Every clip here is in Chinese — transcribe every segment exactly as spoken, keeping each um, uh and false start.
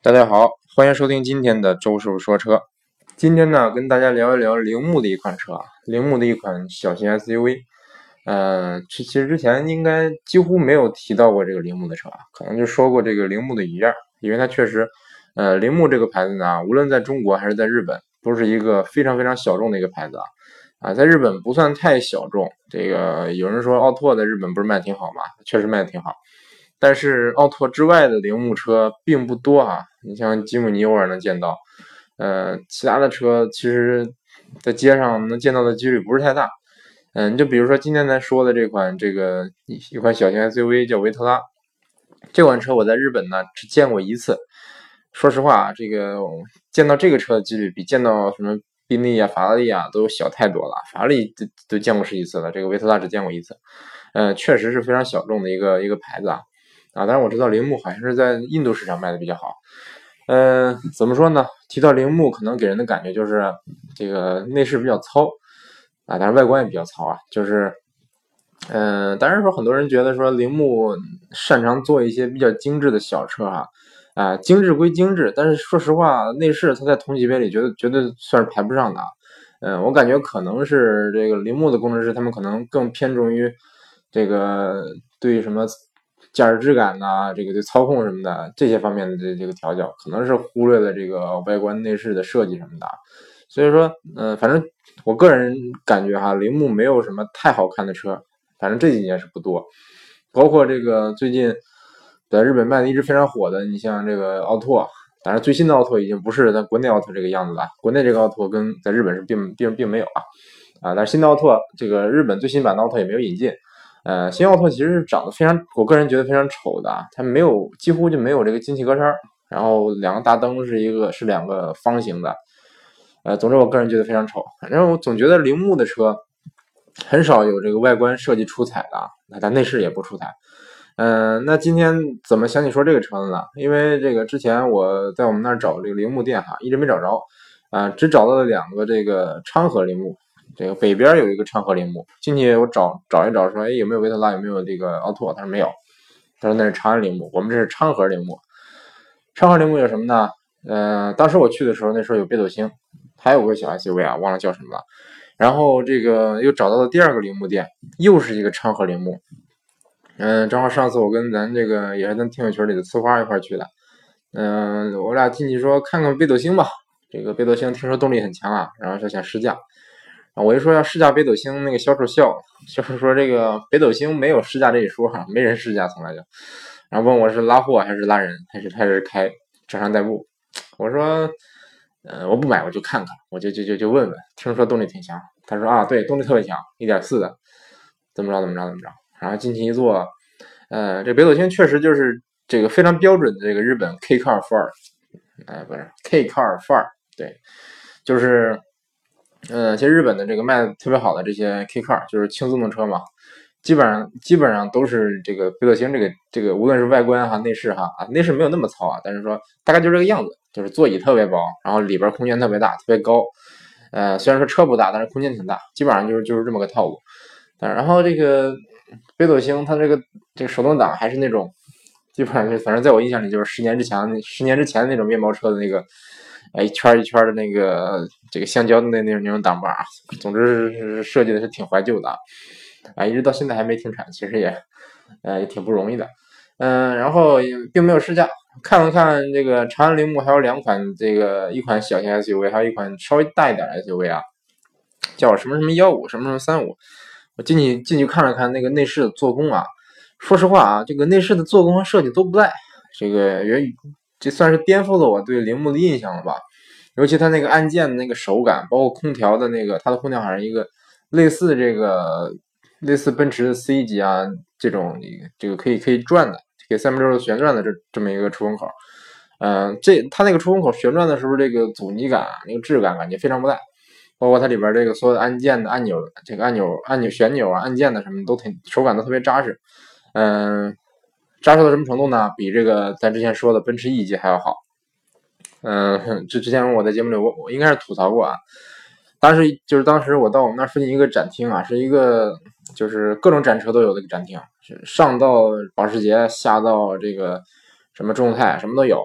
大家好，欢迎收听今天的周师傅说车。今天呢，跟大家聊一聊铃木的一款车啊，铃木的一款小型 S U V。呃，其实之前应该几乎没有提到过这个铃木的车啊，可能就说过这个铃木的一样，因为它确实，呃，铃木这个牌子呢，无论在中国还是在日本，都是一个非常非常小众的一个牌子啊。啊，在日本不算太小众。这个有人说奥拓在日本不是卖挺好吗？确实卖的挺好。但是奥拓之外的铃木车并不多啊，你像吉姆尼偶尔能见到，呃，其他的车其实在街上能见到的几率不是太大。嗯，你就比如说今天咱说的这款这个一款小型 S U V 叫维特拉，这款车我在日本呢只见过一次。说实话，这个见到这个车的几率比见到什么宾利啊、法拉利啊都小太多了。法拉利都都见过十几次了，这个维特拉只见过一次。呃，确实是非常小众的一个一个牌子啊。啊，当然我知道铃木好像是在印度市场卖的比较好。嗯、呃，怎么说呢？提到铃木，可能给人的感觉就是这个内饰比较糙啊，但是外观也比较糙啊。就是，嗯、呃，当然说很多人觉得说铃木擅长做一些比较精致的小车哈、啊，啊，精致归精致，但是说实话，内饰它在同级别里绝对绝对算是排不上的。嗯、呃，我感觉可能是这个铃木的工程师他们可能更偏重于这个对什么驾驶质感呐、啊，这个对操控什么的这些方面的这这个调教，可能是忽略了这个外观内饰的设计什么的。所以说，嗯、呃，反正我个人感觉哈，铃木没有什么太好看的车，反正这几年是不多。包括这个最近在日本卖的一直非常火的，你像这个奥拓，当然最新的奥拓已经不是在国内奥拓这个样子了，国内这个奥拓跟在日本是并并并没有啊啊，但是新的奥拓这个日本最新版的奥拓也没有引进。呃，新奥拓其实是长得非常，我个人觉得非常丑的，它没有几乎就没有这个进气格栅，然后两个大灯是一个是两个方形的，呃，总之我个人觉得非常丑。反正我总觉得铃木的车很少有这个外观设计出彩的，那它内饰也不出彩。嗯、呃，那今天怎么想起说这个车子呢？因为这个之前我在我们那儿找这个铃木店哈，一直没找着，啊、呃，只找到了两个这个昌河铃木。这个北边有一个昌河铃木，进去我找找一找，说哎有没有维特拉，有没有这个奥拓？他说没有，他说那是长安铃木，我们这是昌河铃木。昌河铃木有什么呢？呃，当时我去的时候，那时候有北斗星，还有个小 S U V 啊，忘了叫什么了。然后这个又找到了第二个铃木店，又是一个昌河铃木。嗯、呃，正好上次我跟咱这个也是咱听友群里的呲花一块去的。嗯、呃，我俩进去说看看北斗星吧。这个北斗星听说动力很强啊，然后说想试驾。我一说要试驾北斗星，那个销售笑，销售说这个北斗星没有试驾这一说哈，没人试驾从来就，然后问我是拉货还是拉人，还是还是开车上代步。我说，呃，我不买，我就看看，我就就就就问问，听说动力挺强。他说啊，对，动力特别强，一点四的，怎么着怎么着怎么着。然后进去一坐，呃，这北斗星确实就是这个非常标准的这个日本 K car 范儿，哎，不是 K car 范儿，对，就是。嗯，其实日本的这个卖的特别好的这些 K car 就是轻自动车嘛，基本上基本上都是这个北斗星这个这个，无论是外观哈、内饰哈啊，内饰没有那么糙啊，但是说大概就这个样子，就是座椅特别薄，然后里边空间特别大，特别高。呃，虽然说车不大，但是空间挺大，基本上就是就是这么个套路。然后这个北斗星它这个这个手动挡还是那种，基本上就反正在我印象里就是十年之前十年之前的那种面包车的那个。哎，一圈一圈的那个这个橡胶的那那种那种挡把，总之是设计的是挺怀旧的，啊，一直到现在还没停产，其实也，呃，也挺不容易的，嗯、呃，然后并没有试驾，看了看这个长安铃木还有两款这个一款小型 S U V， 还有一款稍微大一点的 S U V 啊，叫什么什么幺五什么什么三五，我进去进去看了看那个内饰的做工啊，说实话啊，这个内饰的做工和设计都不赖，这个原这算是颠覆了我对铃木的印象了吧。尤其它那个按键的那个手感，包括空调的那个，它的空调好像一个类似这个类似奔驰的 C 级啊这种这个可以可以转的，可以三百六十度旋转的这这么一个出风口。嗯、呃，这它那个出风口旋转的时候，这个阻尼感、那个质感感觉非常不赖。包括它里边这个所有的按键的按钮，这个按钮、按钮、旋钮啊、按键的什么都挺手感都特别扎实。嗯、呃，扎实到什么程度呢？比这个咱之前说的奔驰 E 级还要好。嗯，这之前我在节目里我我应该是吐槽过啊，当时就是当时我到我们那附近一个展厅啊，是一个就是各种展车都有的一个展厅，上到保时捷，下到这个什么众泰什么都有。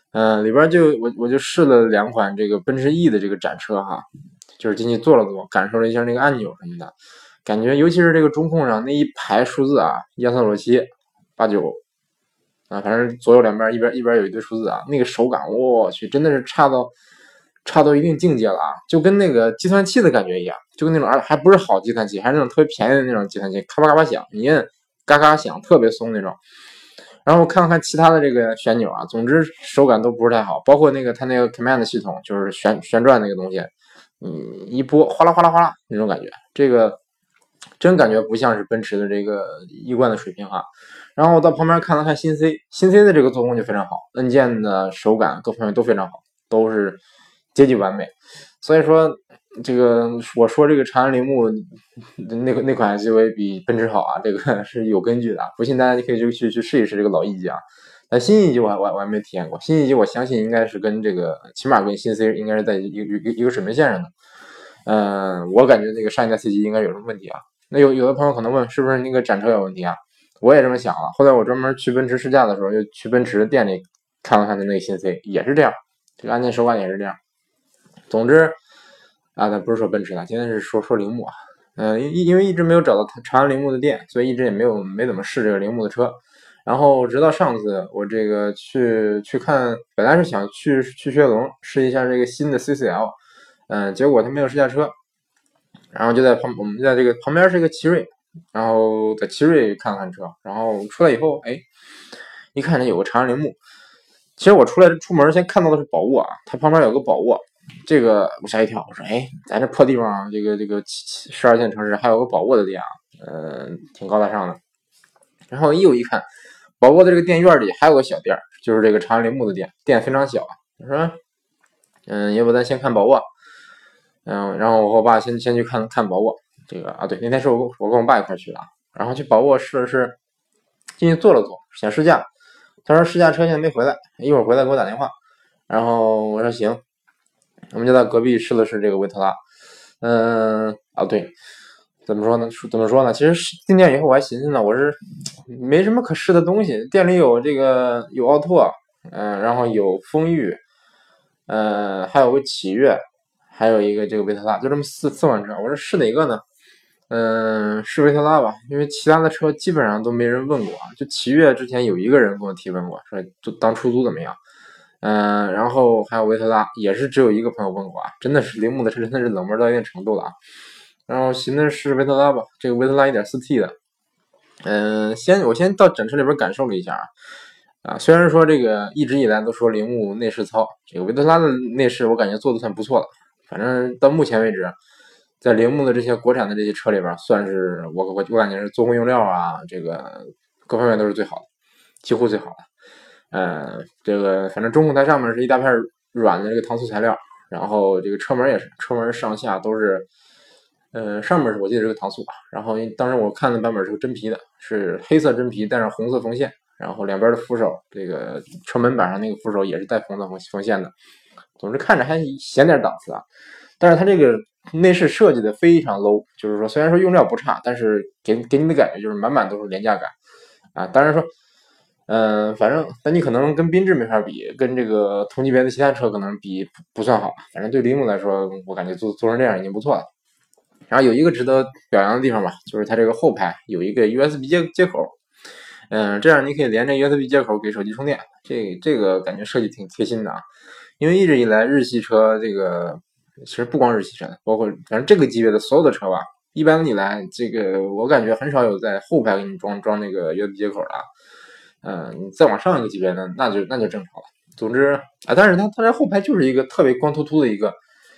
嗯、呃，里边就我我就试了两款这个奔驰 E 的这个展车哈，就是进去坐了坐，感受了一下那个按钮什么的，感觉尤其是这个中控上那一排数字啊，幺三六七八九啊，反正左右两边一边一边有一堆数字啊，那个手感我去真的是差到差到一定境界了啊，就跟那个计算器的感觉一样，就跟那种还不是好计算器，还是那种特别便宜的那种计算器，咔吧咔吧响，你摁嘎嘎响，特别松那种。然后看了看其他的这个旋钮啊，总之手感都不是太好，包括那个它那个 command 系统，就是旋旋转那个东西，嗯，一拨哗啦哗啦哗啦那种感觉，这个真感觉不像是奔驰的这个一贯的水平哈。然后我到旁边看了看新 C， 新 C 的这个做工就非常好，按键的手感各方面都非常好，都是接近完美。所以说这个我说这个长安铃木那个那款 S U V 比奔驰好啊，这个是有根据的，不信大家可以去去去试一试这个老 E 级啊。但新 E 级我还我还没体验过，新 E 级我相信应该是跟这个起码跟新 C 应该是在一个一个一个水平线上的。嗯、呃，我感觉那个上一代 C 级应该有什么问题啊？那有有的朋友可能问是不是那个展车有问题啊？我也这么想了。后来我专门去奔驰试驾的时候，又去奔驰的店里看了看那个新 C， 也是这样，这个按键手感也是这样。总之啊，咱不是说奔驰的，今天是说说铃木啊。嗯、呃，因因为一直没有找到长安铃木的店，所以一直也没有没怎么试这个铃木的车。然后直到上次我这个去去看，本来是想去去雪铁龙试一下这个新的 C C L， 嗯、呃，结果他没有试驾车，然后就在旁我们在这个旁边是一个奇瑞，然后在奇瑞看了看车，然后出来以后，哎，一看这有个长安铃木，其实我出来出门先看到的是宝沃啊，它旁边有个宝沃，这个我吓一跳，我说哎，咱这破地方，这个这个十二线城市还有个宝沃的店啊，呃，挺高大上的。然后又一看，宝沃的这个店院里还有个小店，就是这个长安铃木的店，店非常小。我说，嗯，要不咱先看宝沃，嗯，然后我和我爸先先去看看宝沃，这个啊，对，那天是我我跟我爸一块去的，然后去宝沃试了试，进去坐了坐，想试驾，他说试驾车现在没回来，一会儿回来给我打电话，然后我说行，我们就在隔壁试了试这个维特拉，嗯，啊对。怎么说呢？怎么说呢？其实进店以后我还寻思呢，我是没什么可试的东西。店里有这个有奥拓，嗯、呃，然后有风裕，呃，还有个启悦，还有一个这个维特拉，就这么四四款车。我说试哪个呢？嗯、呃，试维特拉吧，因为其他的车基本上都没人问过啊。就启悦之前有一个人跟我提问过，说就当出租怎么样？嗯、呃，然后还有维特拉，也是只有一个朋友问过啊。真的是铃木的车真的是冷门到一定程度了啊。然后寻的是维特拉吧，这个维特拉 一点四 T 的，嗯、呃，先我先到展车里边感受了一下啊，啊，虽然说这个一直以来都说铃木内饰糙，这个维特拉的内饰我感觉做的算不错了，反正到目前为止，在铃木的这些国产的这些车里边，算是我我我感觉是做工用料啊，这个各方面都是最好的，几乎最好的，呃，这个反正中控台上面是一大片软的这个搪塑材料，然后这个车门也是，车门上下都是。呃，上面是我记得是个搪塑吧，然后当时我看的版本是个真皮的，是黑色真皮带上红色缝线，然后两边的扶手，这个车门板上那个扶手也是带红色缝缝线的，总之看着还显点档次啊。但是它这个内饰设计的非常 low， 就是说虽然说用料不差，但是给给你的感觉就是满满都是廉价感啊。当然说，嗯、呃，反正但你可能跟缤智没法比，跟这个同级别的其他车可能比不算好，反正对铃木来说，我感觉做做成这样已经不错了。然后有一个值得表扬的地方吧，就是它这个后排有一个 U S B 接接口，嗯、呃，这样你可以连着 U S B 接口给手机充电，这这个感觉设计挺贴心的啊。因为一直以来日系车这个其实不光日系车，包括反正这个级别的所有的车吧，一般以来这个我感觉很少有在后排给你装装那个 U S B 接口的啊。嗯、呃，你再往上一个级别的那就那就正常了。总之啊，但是它它这后排就是一个特别光秃秃的一个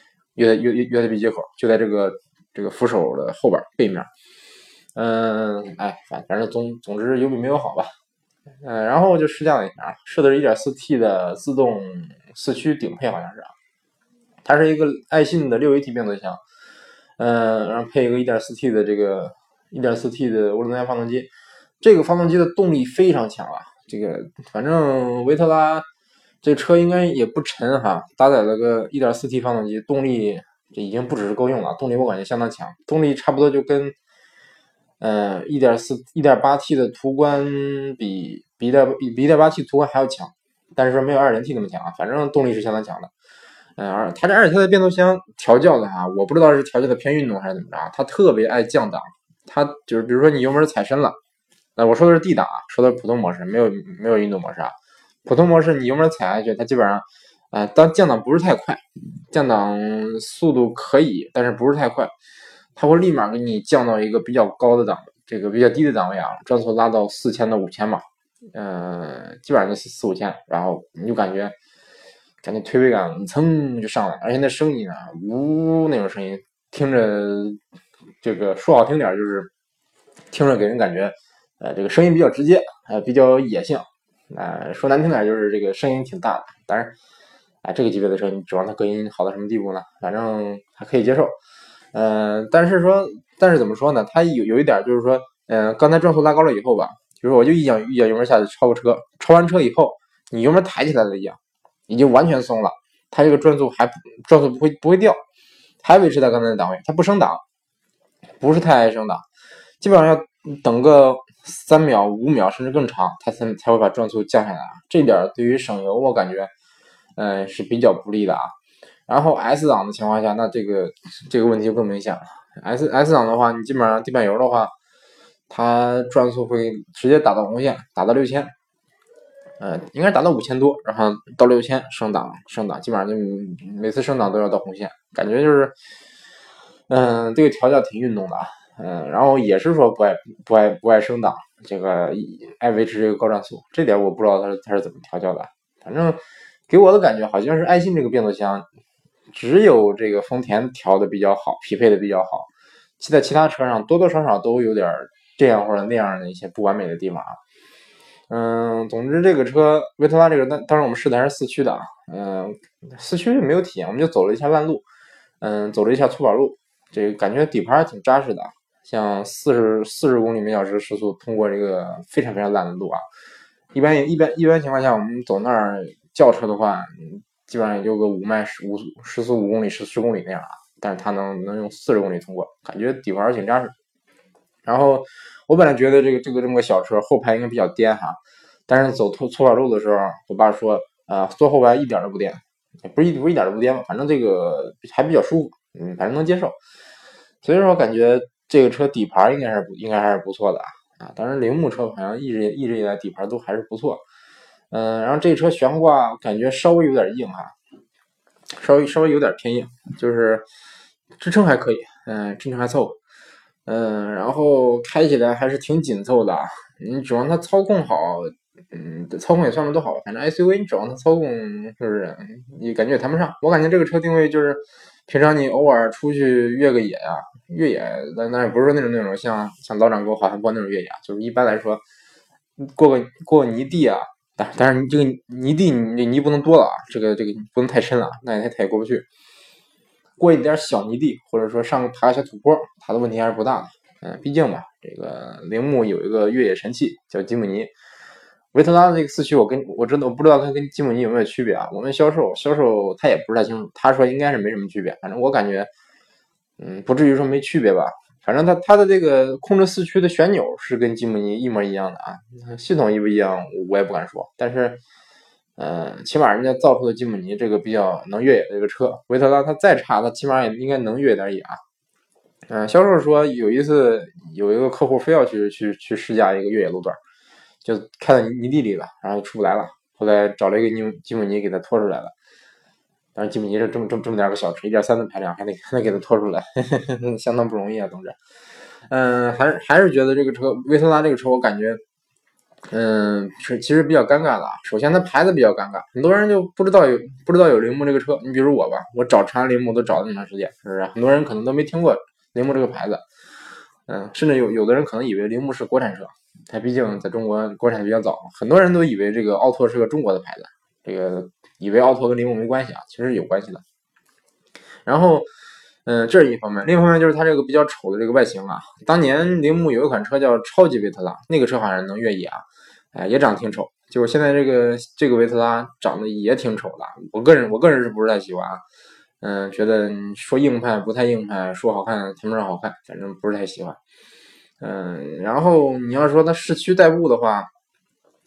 U U U S B 接口，就在这个。这个扶手的后边背面，嗯，哎，反反正总总之有比没有好吧，嗯，然后就试驾了一下，试的是 一点四 T 的自动四驱顶配，好像是啊，它是一个爱信的六 A T 变速箱，嗯，然后配一个 一点四 T 的这个 一点四 T 的涡轮增压发动机，这个发动机的动力非常强啊，这个反正维特拉这车应该也不沉哈，搭载了个 一点四 T 发动机，动力。这已经不只是够用了，动力我感觉相当强，动力差不多就跟呃 一点四 一点八 T 的途观比比一点比一点八 T 途观还要强， 但是说没有 二点零 T 那么强，反正动力是相当强的。嗯，而它这二点零 T 的变速箱调教的哈，我不知道是调教的偏运动还是怎么着，它特别爱降档，它就是比如说你油门踩深了，那我说的是 D 档啊，说的是普通模式，没有没有运动模式啊。普通模式你油门踩下去，它基本上，呃，当降档不是太快，降档速度可以，但是不是太快，它会立马给你降到一个比较高的档，这个比较低的档位啊，转速拉到四千到五千吧，呃，基本上就四五千，然后你就感觉感觉推背感蹭就上来，而且那声音啊，呜那种声音，听着这个说好听点就是听着给人感觉，呃，这个声音比较直接，呃，比较野性。呃，说难听点就是这个声音挺大的，当然，哎、呃，这个级别的车你指望它隔音好到什么地步呢？反正还可以接受。嗯、呃，但是说，但是怎么说呢？它有有一点就是说，嗯、呃，刚才转速拉高了以后吧，就是我就一脚一脚油门下去超个车，超完车以后，你油门抬起来了一样，已经完全松了，它这个转速还转速不会不会掉，还维持在刚才的档位，它不升档，不是太爱升档，基本上要等个三秒、五秒甚至更长，它才才会把转速降下来。这点对于省油，我感觉，嗯、呃，是比较不利的啊。然后 S 档的情况下，那这个这个问题就更明显了。S S 档的话，你基本上地板油的话，它转速会直接打到红线，打到六千，呃，应该达到五千多，然后到六千升档，升档基本上就每次升档都要到红线，感觉就是，嗯、呃，这个调教挺运动的啊。嗯，然后也是说不爱不爱不爱升档，这个爱维持这个高转速，这点我不知道他是他是怎么调教的。反正给我的感觉好像是爱信这个变速箱，只有这个丰田调的比较好，匹配的比较好，其在其他车上多多少少都有点这样或者那样的一些不完美的地方啊。嗯，总之这个车维特拉这个，当当然我们试的还是四驱的啊。嗯，四驱没有体验，我们就走了一下烂路，嗯，走了一下粗板路，这个感觉底盘还挺扎实的。像四十四十公里每小时时速通过这个非常非常烂的路啊，一般一般一般情况下，我们走那儿轿车的话，基本上也就个五迈十五时速五公里十十公里那样啊，但是它能能用四十公里通过，感觉底盘挺扎实。然后我本来觉得这个这个这么个小车后排应该比较颠哈，但是走粗粗板路的时候，我爸说啊、呃，坐后排一点都不颠，不是一不是一点都不颠吧，反正这个还比较舒服，嗯，反正能接受。所以说我感觉这个车底盘应该是应该还是不错的啊，啊，当然铃木车好像一直一直以来底盘都还是不错，嗯、呃，然后这车悬挂感觉稍微有点硬哈，稍微稍微有点偏硬，就是支撑还可以，嗯、呃，支撑还凑合，嗯、呃，然后开起来还是挺紧凑的，你指望它操控好，嗯，操控也算不多好，反正 S U V 你指望它操控是不是，你感觉也谈不上。我感觉这个车定位就是平常你偶尔出去越个野呀、啊，越野，但但也不是说那种那种像像老掌沟滑盘坡那种越野，就是一般来说过个过个泥地啊，但但是你这个泥地你泥不能多了啊，这个这个不能太深了，那也它也过不去。过一点小泥地，或者说上爬个小土坡，它的问题还是不大的。嗯，毕竟吧，这个铃木有一个越野神器叫吉姆尼，维特拉的这个四驱，我跟我真的我不知道它跟吉姆尼有没有区别啊？我们销售销售他也不是太清楚，他说应该是没什么区别，反正我感觉，嗯，不至于说没区别吧。反正它它的这个控制四驱的旋钮是跟吉姆尼一模一样的啊，系统一不一样我也不敢说，但是。呃，起码人家造出的吉姆尼这个比较能越野的这个车，维特拉它再差，它起码也应该能越点野啊。嗯、呃，销售说有一次有一个客户非要去去去试驾一个越野路段，就开到泥地里了，然后出不来了，后来找了一个吉吉姆尼给他拖出来了。但是吉姆尼是这么这么这么点个小车，一点三的排量，还得还得给他拖出来，呵呵呵相当不容易啊，同志。嗯、呃，还是还是觉得这个车维特拉这个车，我感觉。嗯，是其实比较尴尬的啊。首先，它牌子比较尴尬，很多人就不知道有不知道有铃木这个车。你比如我吧，我找长安铃木都找了那么长时间，是不是？很多人可能都没听过铃木这个牌子。嗯，甚至有有的人可能以为铃木是国产车，它毕竟在中国国产比较早，很多人都以为这个奥拓是个中国的牌子，这个以为奥拓跟铃木没关系啊，其实有关系的。然后。嗯，这是一方面，另一方面就是它这个比较丑的这个外形啊。当年铃木有一款车叫超级维特拉，那个车好像能越野啊，哎，也长得挺丑。就现在这个这个维特拉长得也挺丑的，我个人我个人是不是太喜欢啊？嗯，觉得说硬派不太硬派，说好看谈不上好看，反正不是太喜欢。嗯，然后你要说它市区代步的话，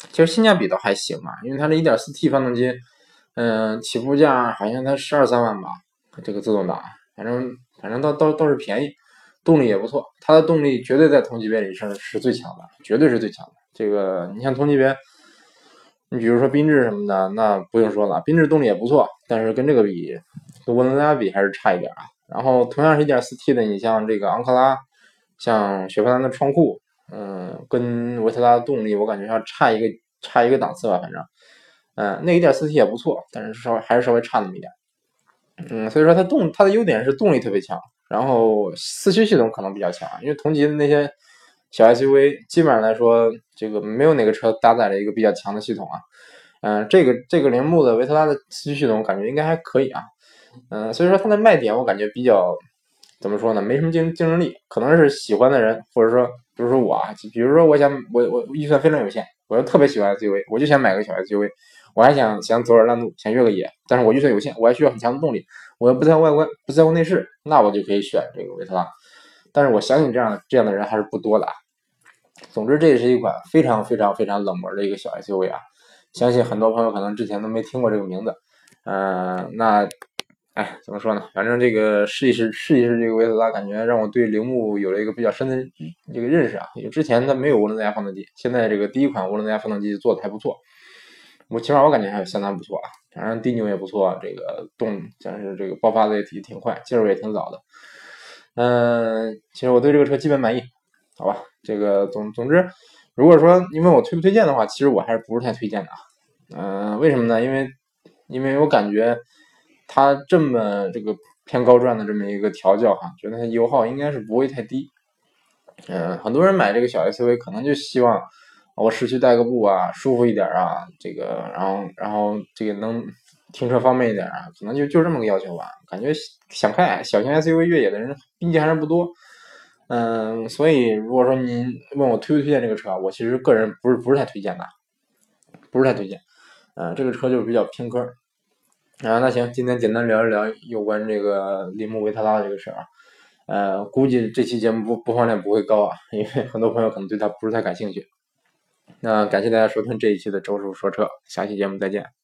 其实性价比倒还行吧，因为它的 一点四 T 发动机，嗯、呃，起步价好像才十二三万吧，这个自动挡，反正反正倒倒倒是便宜，动力也不错，它的动力绝对在同级别里是是最强的，绝对是最强的。这个你像同级别，你比如说缤智什么的，那不用说了，缤智动力也不错，但是跟这个比，跟涡轮增压比还是差一点啊。然后同样是 一点四 T 的，你像这个昂克拉，像雪佛兰的创酷，嗯，跟维特拉的动力我感觉要差一个差一个档次吧，反正，嗯，那 一点四 T 也不错，但是稍微还是稍微差那么一点。嗯，所以说它动它的优点是动力特别强，然后四驱系统可能比较强，因为同级的那些小 S U V 基本上来说，这个没有哪个车搭载了一个比较强的系统啊。嗯、呃，这个这个铃木的维特拉的四驱系统感觉应该还可以啊。嗯、呃，所以说它的卖点我感觉比较怎么说呢？没什么竞竞争力，可能是喜欢的人，或者说比如说我啊，比如说我想我我预算非常有限，我又特别喜欢 S U V，我就想买个小 S U V，我还想想走点烂路，想越个野，但是我预算有限，我还需要很强的动力，我又不在乎外观，不在乎内饰，那我就可以选这个维特拉。但是我相信这样的这样的人还是不多的啊。总之，这是一款非常非常非常冷门的一个小 S U V 啊，相信很多朋友可能之前都没听过这个名字。嗯、呃，那，哎，怎么说呢？反正这个试一试试一试这个维特拉，感觉让我对铃木有了一个比较深的这个认识啊。因为之前它没有涡轮增压发动机，现在这个第一款涡轮增压发动机做的还不错，我起码我感觉还相当不错啊。反正低扭也不错，这个动像是这个爆发的也挺挺快，进入也挺早的。嗯、呃，其实我对这个车基本满意。好吧，这个总总之，如果说你问我推不推荐的话，其实我还是不是太推荐的啊。嗯、呃，为什么呢？因为因为我感觉它这么这个偏高转的这么一个调教哈，觉得它油耗应该是不会太低。嗯、呃，很多人买这个小 S U V 可能就希望我市区代个步啊，舒服一点啊，这个然后然后这个能停车方便一点啊，可能就就这么个要求吧。感觉想开小型 S U V 越野的人毕竟还是不多。嗯，所以如果说您问我推不推荐这个车，我其实个人不是不是太推荐的，不是太推荐。嗯，这个车就是比较偏科。啊，那行，今天简单聊一聊有关这个铃木维特拉的这个事儿啊。呃，估计这期节目播播放量不会高啊，因为很多朋友可能对它不是太感兴趣。那感谢大家收听这一期的周叔说车，下期节目再见。